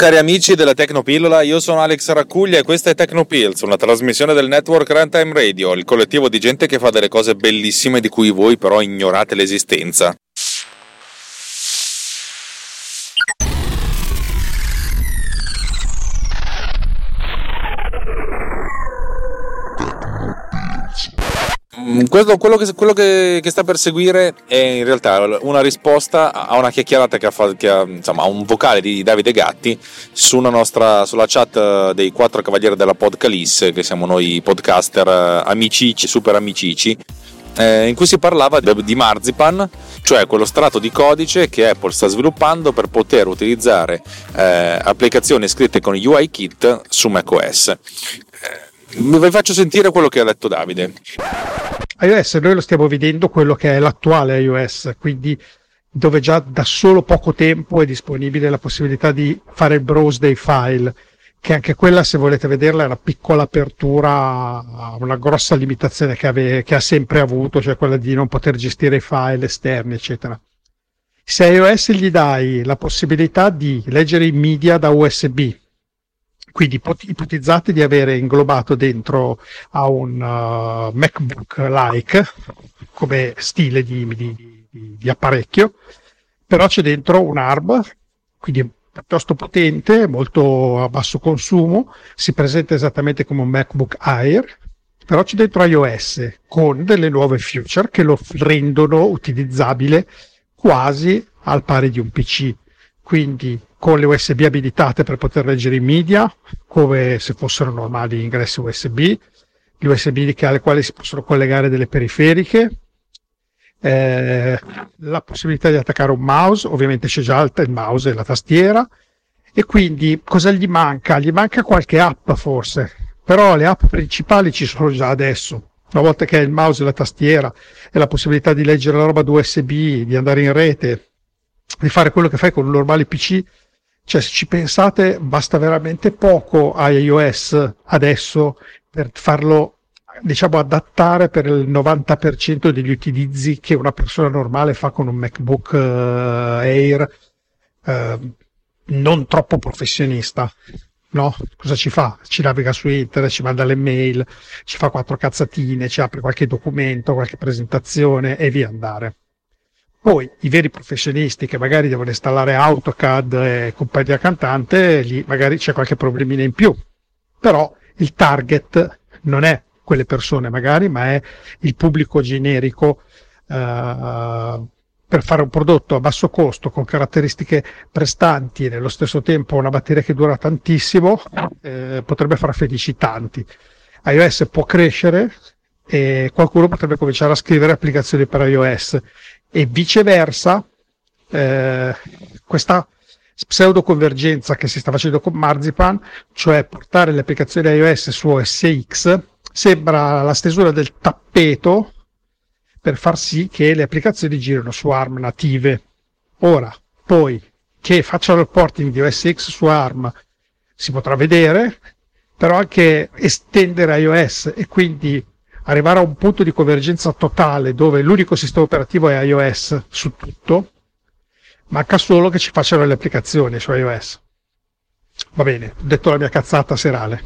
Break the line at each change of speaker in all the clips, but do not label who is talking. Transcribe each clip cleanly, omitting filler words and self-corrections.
Cari amici della Tecnopillola, io sono Alex Raccuglia e questa è Tecnopills, una trasmissione del network Runtime Radio, il collettivo di gente che fa delle cose bellissime di cui voi però ignorate l'esistenza. Quello che sta per seguire è in realtà una risposta a una chiacchierata a un vocale di Davide Gatti sulla chat dei 4 cavalieri della Podcalisse, che siamo noi podcaster amicici, super amicici, in cui si parlava di Marzipan, cioè quello strato di codice che Apple sta sviluppando per poter utilizzare applicazioni scritte con UIKit su macOS. Vi faccio sentire quello che ha detto Davide.
iOS, noi lo stiamo vedendo quello che è l'attuale iOS, quindi dove già da solo poco tempo è disponibile la possibilità di fare il browse dei file, che anche quella, se volete vederla, è una piccola apertura a una grossa limitazione che ha sempre avuto, cioè quella di non poter gestire i file esterni, eccetera. Se a iOS gli dai la possibilità di leggere i media da USB, quindi ipotizzate di avere inglobato dentro a un MacBook-like come stile di apparecchio, però c'è dentro un ARM, quindi piuttosto potente, molto a basso consumo, si presenta esattamente come un MacBook Air, però c'è dentro iOS con delle nuove feature che lo rendono utilizzabile quasi al pari di un PC, quindi con le USB abilitate per poter leggere i media, come se fossero normali ingressi USB, gli USB alle quali si possono collegare delle periferiche, la possibilità di attaccare un mouse, ovviamente c'è già il mouse e la tastiera, e quindi cosa gli manca? Gli manca qualche app forse, però le app principali ci sono già adesso. Una volta che hai il mouse e la tastiera e la possibilità di leggere la roba da USB, di andare in rete, di fare quello che fai con un normale PC, cioè se ci pensate basta veramente poco a iOS adesso per farlo, diciamo, adattare per il 90% degli utilizzi che una persona normale fa con un MacBook Air non troppo professionista. No? Cosa ci fa? Ci naviga su internet, ci manda le mail, ci fa 4 cazzatine, ci apre qualche documento, qualche presentazione e via andare. Poi i veri professionisti che magari devono installare AutoCAD e compagnia cantante, lì magari c'è qualche problemina in più, però il target non è quelle persone magari, ma è il pubblico generico per fare un prodotto a basso costo con caratteristiche prestanti e nello stesso tempo una batteria che dura tantissimo, potrebbe far felici tanti. iOS può crescere e qualcuno potrebbe cominciare a scrivere applicazioni per iOS e viceversa. Questa pseudo convergenza che si sta facendo con Marzipan, cioè portare le applicazioni iOS su OS X, sembra la stesura del tappeto per far sì che le applicazioni girino su ARM native. Ora, poi, che facciano il porting di OS X su ARM si potrà vedere, però anche estendere iOS e quindi arrivare a un punto di convergenza totale dove l'unico sistema operativo è iOS su tutto, manca solo che ci facciano le applicazioni su iOS. Va bene, ho detto la mia cazzata serale.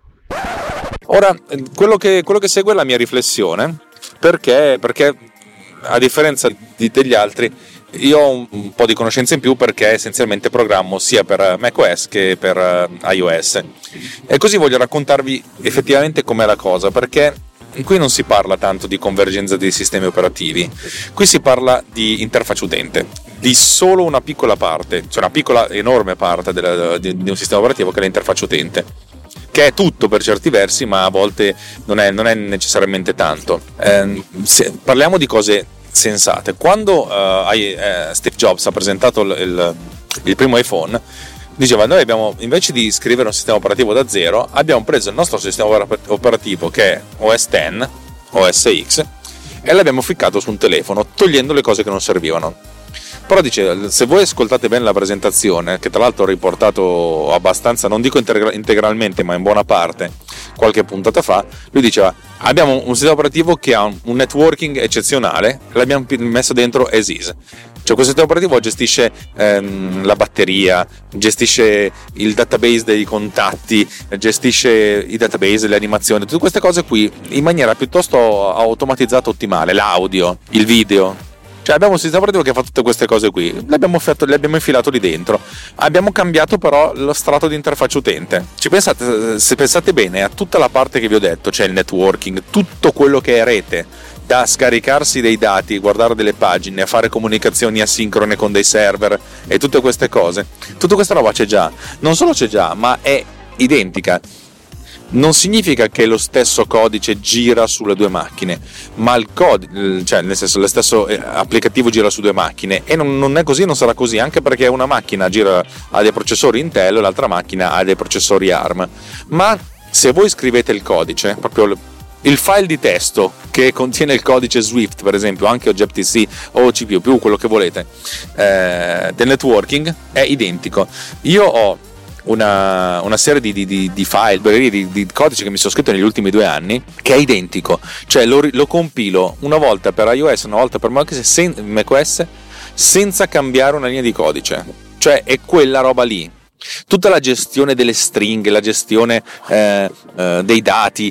Ora, quello che segue è la mia riflessione, perché a differenza degli altri io ho un po' di conoscenza in più, perché essenzialmente programmo sia per macOS che per iOS, e così voglio raccontarvi effettivamente com'è la cosa, perché qui non si parla tanto di convergenza dei sistemi operativi, qui si parla di interfaccia utente, di solo una piccola parte, cioè una piccola enorme parte di un sistema operativo che è l'interfaccia utente, che è tutto per certi versi, ma a volte non è necessariamente tanto. Parliamo di cose sensate. Quando Steve Jobs ha presentato il primo iPhone, diceva: noi abbiamo, invece di scrivere un sistema operativo da zero, abbiamo preso il nostro sistema operativo, che è OS X, OS X, e l'abbiamo ficcato su un telefono, togliendo le cose che non servivano. Però dice, se voi ascoltate bene la presentazione, che tra l'altro ho riportato abbastanza, non dico integralmente, ma in buona parte qualche puntata fa, lui diceva: abbiamo un sistema operativo che ha un networking eccezionale, l'abbiamo messo dentro as is. Cioè questo sistema operativo gestisce la batteria, gestisce il database dei contatti, gestisce i database, le animazioni, tutte queste cose qui in maniera piuttosto automatizzata, ottimale, l'audio, il video. Cioè abbiamo un sistema operativo che fa tutte queste cose qui, le abbiamo infilato lì dentro. Abbiamo cambiato però lo strato di interfaccia utente. Se pensate bene a tutta la parte che vi ho detto, cioè il networking, tutto quello che è rete, da scaricarsi dei dati, guardare delle pagine, fare comunicazioni asincrone con dei server e tutte queste cose, tutta questa roba c'è già. Non solo c'è già, ma è identica. Non significa che lo stesso codice gira sulle due macchine, ma il codice, cioè nel senso lo stesso applicativo gira su due macchine, e non è così, non sarà così, anche perché una macchina ha dei processori Intel e l'altra macchina ha dei processori ARM. Ma se voi scrivete il codice, proprio il file di testo che contiene il codice Swift, per esempio, anche Objective-C o CPU, quello che volete, del networking è identico. Io ho una serie di file, di codice che mi sono scritto negli ultimi 2 anni, che è identico, cioè lo compilo una volta per iOS, una volta per macOS senza cambiare una linea di codice, cioè è quella roba lì. Tutta la gestione delle stringhe, la gestione dei dati,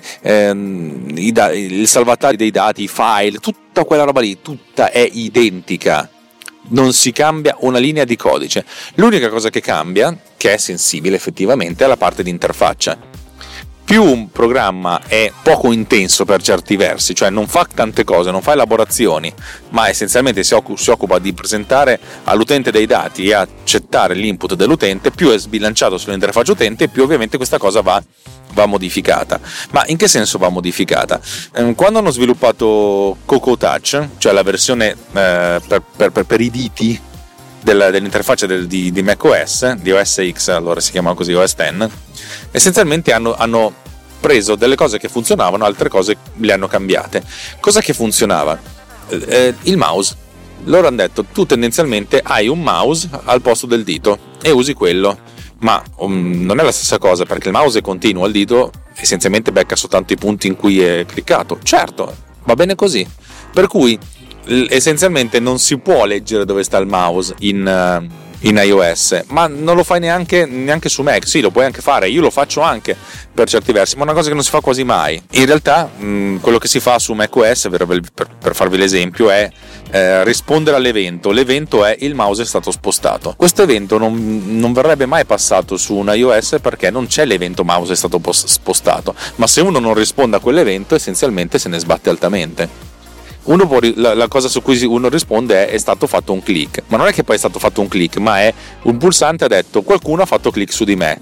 il salvataggio dei dati, i file, tutta quella roba lì, tutta è identica. Non si cambia una linea di codice. L'unica cosa che cambia, che è sensibile effettivamente, è la parte di interfaccia. Più un programma è poco intenso per certi versi, cioè non fa tante cose, non fa elaborazioni, ma essenzialmente si occupa di presentare all'utente dei dati e accettare l'input dell'utente, più è sbilanciato sull'interfaccia utente, più ovviamente questa cosa va modificata. Ma in che senso va modificata? Quando hanno sviluppato Cocoa Touch, cioè la versione per i diti dell'interfaccia di macOS, di OS X, allora si chiama così, OS X, essenzialmente hanno preso delle cose che funzionavano, altre cose le hanno cambiate. Cosa che funzionava? Il mouse. Loro hanno detto: tu tendenzialmente hai un mouse al posto del dito e usi quello. Ma non è la stessa cosa, perché il mouse è continuo, il dito essenzialmente becca soltanto i punti in cui è cliccato. Certo, va bene così. Per cui essenzialmente non si può leggere dove sta il mouse in iOS, ma non lo fai neanche su Mac. Sì, lo puoi anche fare, io lo faccio anche per certi versi, ma è una cosa che non si fa quasi mai. In realtà quello che si fa su macOS, per farvi l'esempio, è rispondere all'evento. L'evento è: il mouse è stato spostato. Questo evento non verrebbe mai passato su un iOS, perché non c'è l'evento mouse è stato spostato, ma se uno non risponde a quell'evento essenzialmente se ne sbatte altamente. La cosa su cui uno risponde è stato fatto un click, ma non è che poi è stato fatto un click, ma è un pulsante ha detto: qualcuno ha fatto click su di me,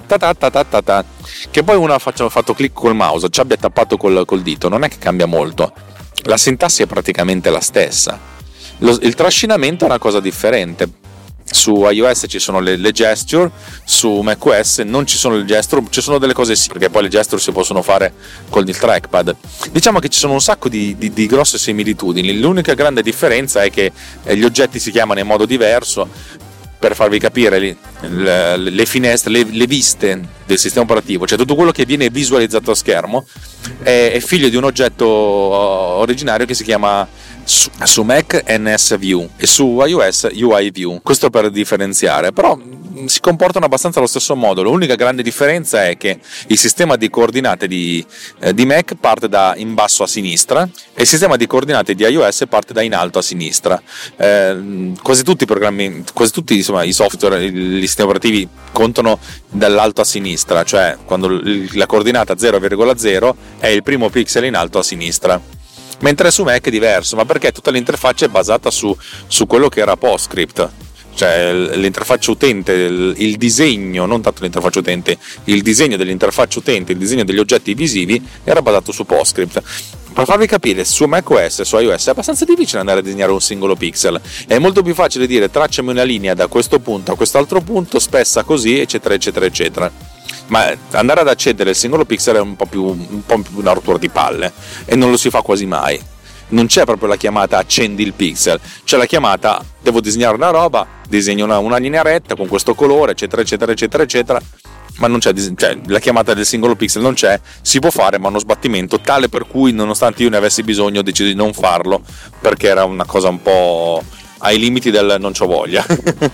che poi uno ha fatto click col mouse, ci abbia tappato col dito, non è che cambia molto, la sintassi è praticamente la stessa. Il trascinamento è una cosa differente. Su iOS ci sono le gesture, su macOS non ci sono le gesture, ci sono delle cose sì, perché poi le gesture si possono fare con il trackpad. Diciamo che ci sono un sacco di grosse similitudini. L'unica grande differenza è che gli oggetti si chiamano in modo diverso. Per farvi capire, le finestre, le viste del sistema operativo, cioè tutto quello che viene visualizzato a schermo, è figlio di un oggetto originario che si chiama su Mac NSView e su iOS UIView. Questo per differenziare, però si comportano abbastanza allo stesso modo. L'unica grande differenza è che il sistema di coordinate di Mac parte da in basso a sinistra e il sistema di coordinate di iOS parte da in alto a sinistra. Quasi tutti i programmi, insomma, i software, gli sistemi operativi contano dall'alto a sinistra, cioè quando la coordinata 0,0 è il primo pixel in alto a sinistra. Mentre su Mac è diverso, ma perché tutta l'interfaccia è basata su quello che era PostScript, cioè l'interfaccia utente, il disegno, non tanto l'interfaccia utente, il disegno dell'interfaccia utente, il disegno degli oggetti visivi era basato su PostScript. Per farvi capire, su macOS e su iOS è abbastanza difficile andare a disegnare un singolo pixel, è molto più facile dire: tracciami una linea da questo punto a quest'altro punto, spessa così, eccetera eccetera eccetera. Ma andare ad accedere al singolo pixel è un po' più una rottura di palle, e non lo si fa quasi mai. Non c'è proprio la chiamata accendi il pixel, c'è la chiamata: devo disegnare una roba, disegno una linea retta con questo colore, eccetera eccetera eccetera eccetera. Ma non c'è, cioè, la chiamata del singolo pixel non c'è. Si può fare, ma uno sbattimento tale per cui, nonostante io ne avessi bisogno, ho deciso di non farlo, perché era una cosa un po' ai limiti del non c'ho voglia.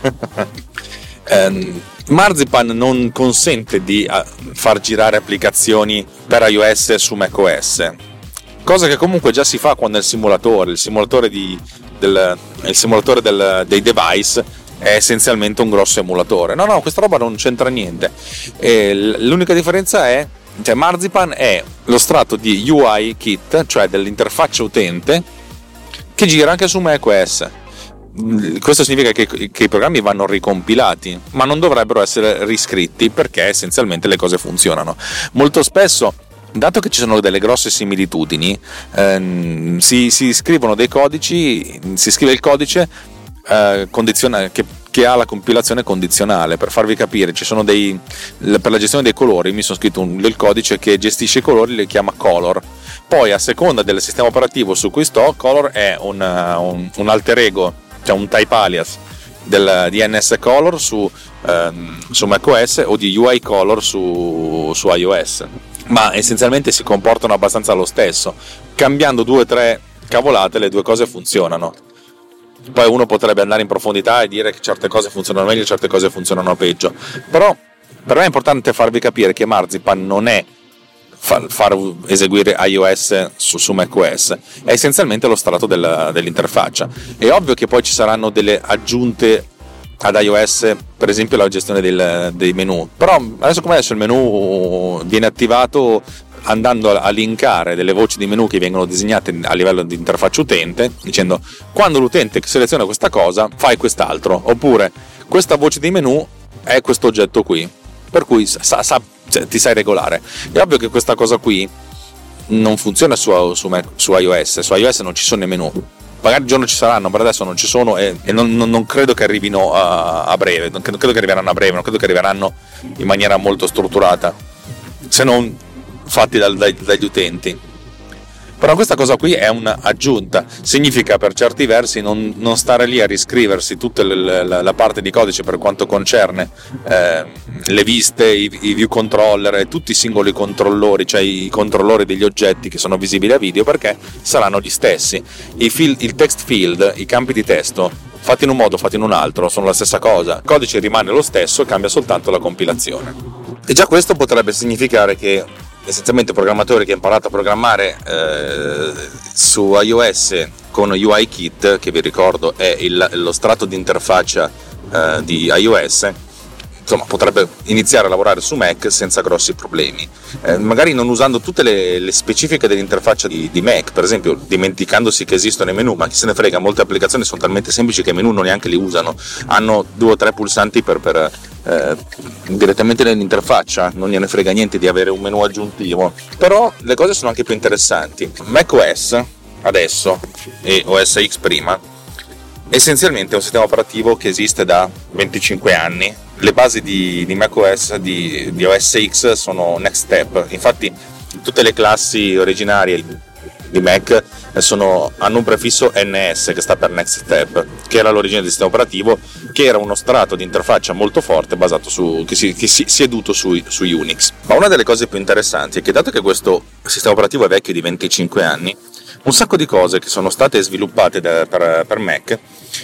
Marzipan non consente di far girare applicazioni per iOS su macOS, cosa che comunque già si fa quando è il simulatore dei device è essenzialmente un grosso emulatore. No, questa roba non c'entra niente. L'unica differenza è, cioè, Marzipan è lo strato di UI kit, cioè dell'interfaccia utente, che gira anche su macOS. Questo significa che i programmi vanno ricompilati, ma non dovrebbero essere riscritti, perché essenzialmente le cose funzionano. Molto spesso, dato che ci sono delle grosse similitudini, si scrivono dei codici, si scrive il codice che ha la compilazione condizionale. Per farvi capire, ci sono per la gestione dei colori mi sono scritto del codice che gestisce i colori, li chiama color. Poi, a seconda del sistema operativo su cui sto, color è un alter ego, cioè un type alias di NS Color su macOS o di UI Color su iOS, ma essenzialmente si comportano abbastanza lo stesso. Cambiando 2 o 3 cavolate le due cose funzionano. Poi uno potrebbe andare in profondità e dire che certe cose funzionano meglio, certe cose funzionano peggio, però per me è importante farvi capire che Marzipan non è far eseguire iOS su macOS, è essenzialmente lo strato dell'interfaccia. È ovvio che poi ci saranno delle aggiunte ad iOS, per esempio la gestione dei menu, però adesso il menu viene attivato andando a linkare delle voci di menu che vengono disegnate a livello di interfaccia utente, dicendo: quando l'utente seleziona questa cosa fai quest'altro, oppure questa voce di menu è questo oggetto qui, per cui ti sai regolare. È ovvio che questa cosa qui non funziona su iOS. Su iOS non ci sono i menu, magari un giorno ci saranno, per adesso non ci sono, e non credo che arrivino a breve, non credo che arriveranno a breve, non credo che arriveranno in maniera molto strutturata, se non fatti dagli utenti. Però questa cosa qui è un'aggiunta, significa per certi versi non stare lì a riscriversi tutta la parte di codice per quanto concerne le viste, i view controller e tutti i singoli controllori, cioè i controllori degli oggetti che sono visibili a video, perché saranno gli stessi. Il text field, i campi di testo, fatti in un modo, fatti in un altro, sono la stessa cosa, il codice rimane lo stesso, cambia soltanto la compilazione. E già questo potrebbe significare che essenzialmente programmatori che ha imparato a programmare su iOS con UIKit, che vi ricordo è lo strato di interfaccia di iOS, insomma potrebbe iniziare a lavorare su Mac senza grossi problemi, magari non usando tutte le specifiche dell'interfaccia di Mac, per esempio dimenticandosi che esistono i menu, ma chi se ne frega, molte applicazioni sono talmente semplici che i menu non neanche li usano, hanno 2 o 3 pulsanti per direttamente nell'interfaccia, non gliene frega niente di avere un menu aggiuntivo. Però le cose sono anche più interessanti. macOS adesso e OS X prima essenzialmente è un sistema operativo che esiste da 25 anni. Le basi di macOS, di OS X sono Next Step, infatti tutte le classi originarie di Mac hanno un prefisso NS che sta per Next Step, che era l'origine del sistema operativo, che era uno strato di interfaccia molto forte basato che si è seduto su Unix. Ma una delle cose più interessanti è che, dato che questo sistema operativo è vecchio di 25 anni, un sacco di cose che sono state sviluppate per Mac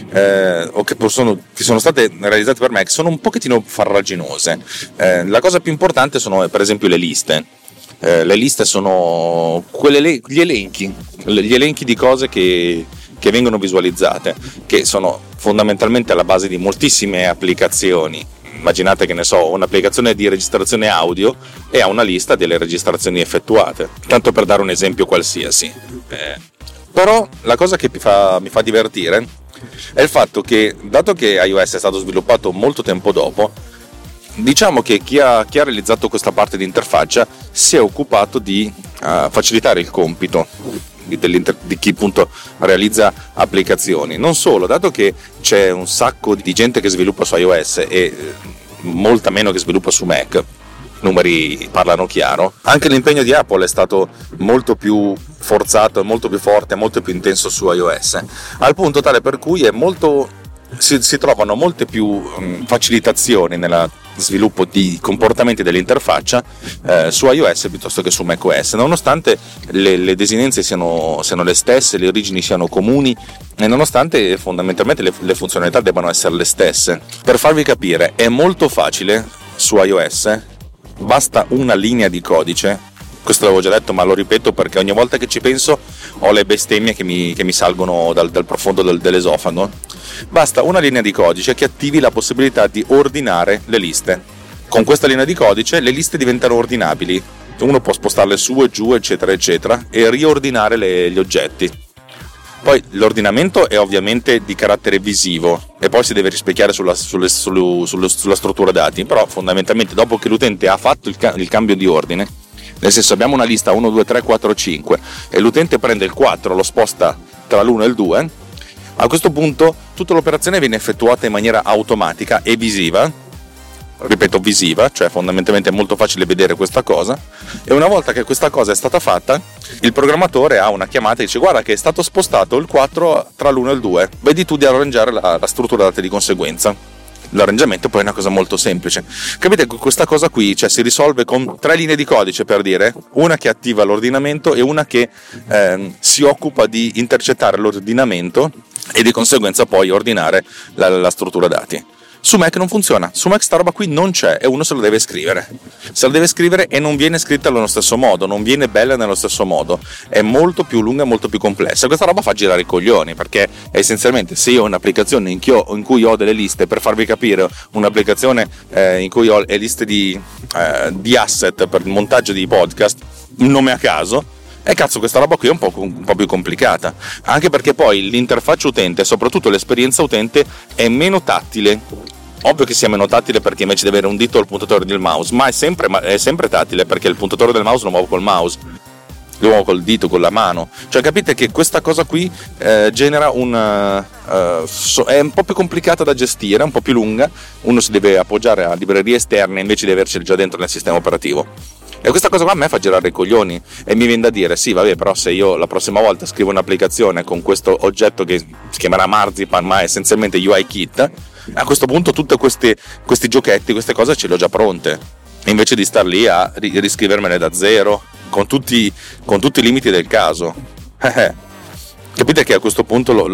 o che sono state realizzate per Mac sono un pochettino farraginose. La cosa più importante sono per esempio le liste. Le liste sono gli elenchi di cose che vengono visualizzate, che sono fondamentalmente alla base di moltissime applicazioni. Immaginate, che ne so, un'applicazione di registrazione audio e ha una lista delle registrazioni effettuate, tanto per dare un esempio qualsiasi. Però la cosa che mi fa divertire è il fatto che, dato che iOS è stato sviluppato molto tempo dopo, diciamo che chi ha realizzato questa parte di interfaccia si è occupato di facilitare il compito di chi appunto realizza applicazioni. Non solo, dato che c'è un sacco di gente che sviluppa su iOS e molta meno che sviluppa su Mac, numeri parlano chiaro, anche l'impegno di Apple è stato molto più forzato, molto più forte, molto più intenso su iOS, al punto tale per cui si trovano molte più facilitazioni sviluppo di comportamenti dell'interfaccia su iOS piuttosto che su macOS, nonostante le desinenze siano le stesse, le origini siano comuni e nonostante fondamentalmente le funzionalità debbano essere le stesse. Per farvi capire, è molto facile su iOS, basta una linea di codice. Questo l'avevo già detto, ma lo ripeto perché ogni volta che ci penso ho le bestemmie che mi salgono dal profondo dell'esofago. Basta una linea di codice che attivi la possibilità di ordinare le liste. Con questa linea di codice le liste diventano ordinabili. Uno può spostarle su e giù, eccetera, eccetera, e riordinare gli oggetti. Poi l'ordinamento è ovviamente di carattere visivo e poi si deve rispecchiare sulla struttura dati, però fondamentalmente dopo che l'utente ha fatto il cambio di ordine, nel senso abbiamo una lista 1, 2, 3, 4, 5 e l'utente prende il 4, lo sposta tra l'1 e il 2, a questo punto tutta l'operazione viene effettuata in maniera automatica e visiva, ripeto visiva, cioè fondamentalmente è molto facile vedere questa cosa, e una volta che questa cosa è stata fatta il programmatore ha una chiamata e dice guarda che è stato spostato il 4 tra l'1 e il 2, vedi tu di arrangiare la struttura dati di conseguenza. L'arrangiamento poi è una cosa molto semplice, capite? Questa cosa qui si risolve con 3 linee di codice, per dire, una che attiva l'ordinamento e una che si occupa di intercettare l'ordinamento e di conseguenza poi ordinare la struttura dati. Su Mac non funziona, su Mac sta roba qui non c'è e uno se la deve scrivere e non viene scritta allo stesso modo, non viene bella nello stesso modo, è molto più lunga e molto più complessa. Questa roba fa girare i coglioni, perché essenzialmente se io ho un'applicazione in cui ho delle liste, per farvi capire, un'applicazione in cui ho le liste di asset per il montaggio di podcast, un nome a caso, e cazzo, questa roba qui è un po' più complicata, anche perché poi l'interfaccia utente e soprattutto l'esperienza utente è meno tattile. Ovvio che sia meno tattile perché invece di avere un dito al puntatore del mouse, ma è sempre tattile perché il puntatore del mouse lo muovo col mouse, lo muovo col dito, con la mano. Cioè capite che questa cosa qui genera è un po' più complicata da gestire, un po' più lunga, uno si deve appoggiare a librerie esterne invece di averceli già dentro nel sistema operativo. E questa cosa qua a me fa girare i coglioni e mi viene da dire sì vabbè, però se io la prossima volta scrivo un'applicazione con questo oggetto che si chiamerà Marzipan ma è essenzialmente UIKit, a questo punto tutti questi giochetti, queste cose ce le ho già pronte, invece di star lì a riscrivermele da zero con tutti i limiti del caso. Capite che a questo punto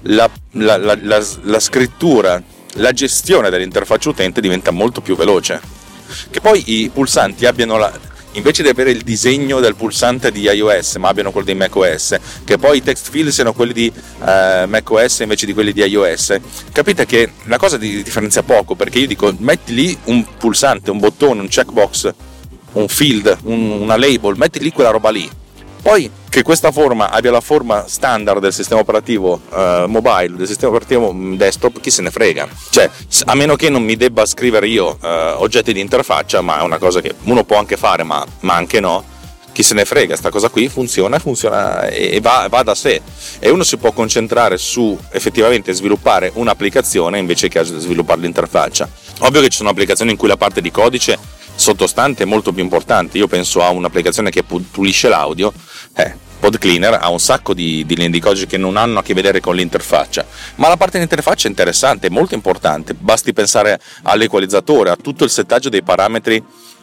la scrittura, la gestione dell'interfaccia utente diventa molto più veloce. Che poi i pulsanti abbiano invece di avere il disegno del pulsante di iOS ma abbiano quello di macOS, che poi i text field siano quelli di macOS invece di quelli di iOS, capite che la cosa differenzia poco, perché io dico metti lì un pulsante, un bottone, un checkbox, un field, una label, metti lì quella roba lì. Poi che questa forma abbia la forma standard del sistema operativo mobile, del sistema operativo desktop, chi se ne frega. Cioè, a meno che non mi debba scrivere io oggetti di interfaccia, ma è una cosa che uno può anche fare, ma anche no, chi se ne frega, sta cosa qui funziona e va da sé. E uno si può concentrare su effettivamente sviluppare un'applicazione invece che a sviluppare l'interfaccia. Ovvio che ci sono applicazioni in cui la parte di codice sottostante è molto più importante. Io penso a un'applicazione che pulisce l'audio, PodCleaner ha un sacco di linee di codice che non hanno a che vedere con l'interfaccia, ma la parte di interfaccia è interessante, è molto importante. Basti pensare all'equalizzatore, a tutto il settaggio dei parametri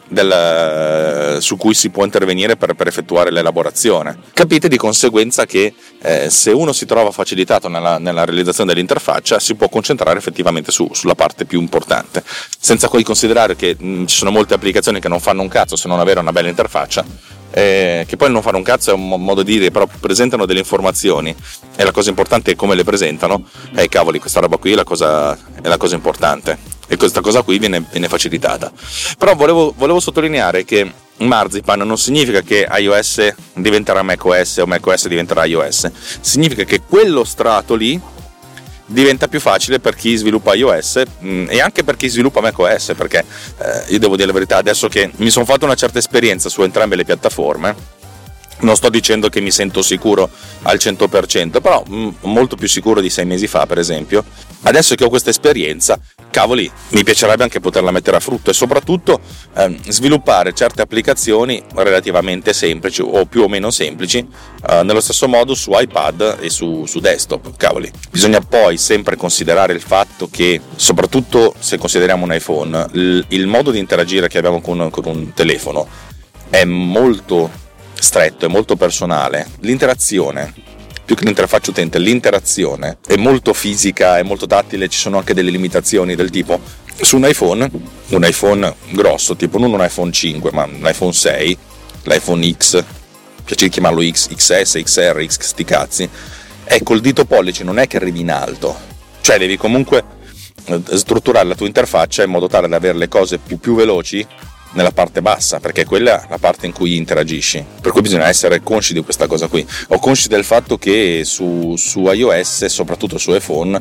su cui si può intervenire per effettuare l'elaborazione. Capite di conseguenza che se uno si trova facilitato nella realizzazione dell'interfaccia si può concentrare effettivamente sulla parte più importante, senza poi considerare che ci sono molte applicazioni che non fanno un cazzo se non avere una bella interfaccia, che poi non fare un cazzo è un modo di dire, però presentano delle informazioni e la cosa importante è come le presentano. Cavoli, questa roba qui è la cosa importante e questa cosa qui viene facilitata. Però volevo sottolineare che Marzipan non significa che iOS diventerà macOS o macOS diventerà iOS, significa che quello strato lì diventa più facile per chi sviluppa iOS e anche per chi sviluppa macOS, perché io devo dire la verità, adesso che mi sono fatto una certa esperienza su entrambe le piattaforme, Non sto dicendo che mi sento sicuro al 100%, però molto più sicuro di 6 mesi fa, per esempio. Adesso che ho questa esperienza, cavoli, mi piacerebbe anche poterla mettere a frutto e soprattutto sviluppare certe applicazioni relativamente semplici o più o meno semplici nello stesso modo su iPad e su desktop. Cavoli, bisogna poi sempre considerare il fatto che, soprattutto se consideriamo un iPhone, il modo di interagire che abbiamo con un telefono è molto stretto, è molto personale. L'interazione, più che l'interfaccia utente, l'interazione è molto fisica, è molto tattile. Ci sono anche delle limitazioni del tipo, su un iPhone grosso, tipo non un iPhone 5 ma un iPhone 6, l'iPhone X, piace chiamarlo X, XS, XR, X sti cazzi, col dito pollice non è che arrivi in alto, cioè devi comunque strutturare la tua interfaccia in modo tale da avere le cose più veloci nella parte bassa, perché quella è la parte in cui interagisci, per cui bisogna essere consci di questa cosa qui, o consci del fatto che su iOS, soprattutto su iPhone,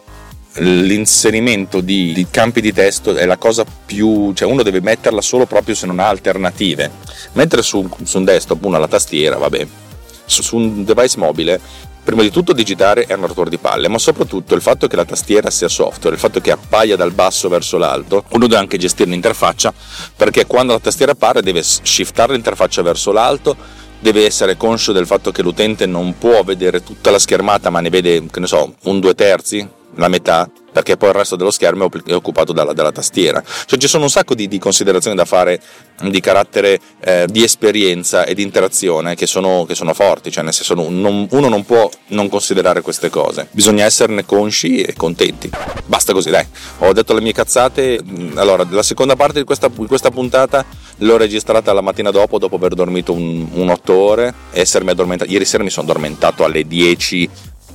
l'inserimento di campi di testo è la cosa più, cioè uno deve metterla solo proprio se non ha alternative, mentre su un desktop uno ha la tastiera, vabbè, su un device mobile prima di tutto digitare è un rottura di palle, ma soprattutto il fatto che la tastiera sia software, il fatto che appaia dal basso verso l'alto, uno deve anche gestire l'interfaccia, perché quando la tastiera appare deve shiftare l'interfaccia verso l'alto, deve essere conscio del fatto che l'utente non può vedere tutta la schermata, ma ne vede, che ne so, un 2/3, la metà, perché poi il resto dello schermo è occupato dalla tastiera. Cioè ci sono un sacco di considerazioni da fare di carattere di esperienza e di interazione che sono forti, cioè nel senso uno non può non considerare queste cose, bisogna esserne consci e contenti. Basta così, dai, ho detto le mie cazzate. Allora, la seconda parte di questa puntata l'ho registrata la mattina dopo aver dormito un 8 ore e essermi addormentato. Ieri sera mi sono addormentato alle 10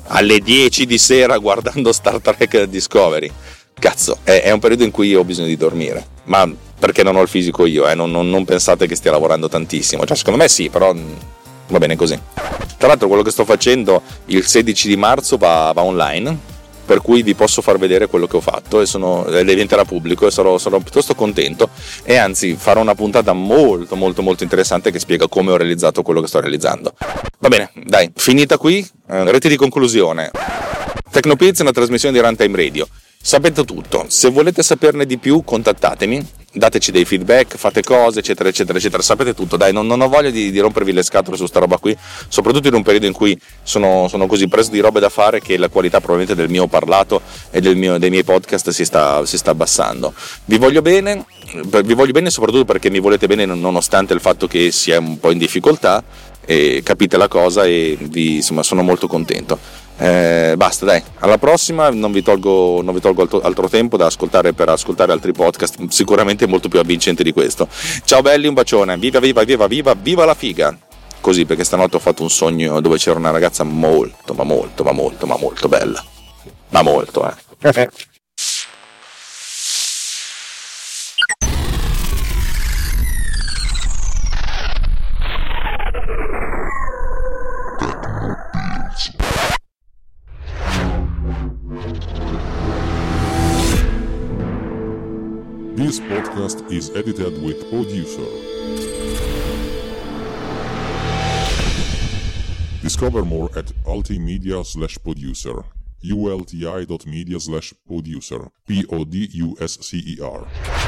di sera guardando Star Trek Discovery. Cazzo, è un periodo in cui ho bisogno di dormire, ma perché non ho il fisico io, non pensate che stia lavorando tantissimo, cioè secondo me sì, però va bene così. Tra l'altro quello che sto facendo il 16 di marzo va online, per cui vi posso far vedere quello che ho fatto e diventerà pubblico e sarò piuttosto contento, e anzi farò una puntata molto molto molto interessante che spiega come ho realizzato quello che sto realizzando. Va bene, dai, finita qui, rete di conclusione. Tecnopiz è una trasmissione di Runtime Radio. Sapete tutto, se volete saperne di più contattatemi, dateci dei feedback, fate cose, eccetera eccetera eccetera, sapete tutto, dai, non ho voglia di rompervi le scatole su sta roba qui, soprattutto in un periodo in cui sono così preso di robe da fare che la qualità probabilmente del mio parlato e dei miei podcast si sta abbassando. Vi voglio bene soprattutto perché mi volete bene nonostante il fatto che sia un po' in difficoltà, e capite la cosa e insomma sono molto contento. Basta, dai, alla prossima. Non vi tolgo altro tempo da ascoltare per ascoltare altri podcast sicuramente molto più avvincenti di questo. Ciao belli, un bacione, viva la figa, così, perché stanotte ho fatto un sogno dove c'era una ragazza molto bella, ma molto
This podcast is edited with Producer. Discover more at ultimedia/producer. ulti.media/producer. PODUSCER.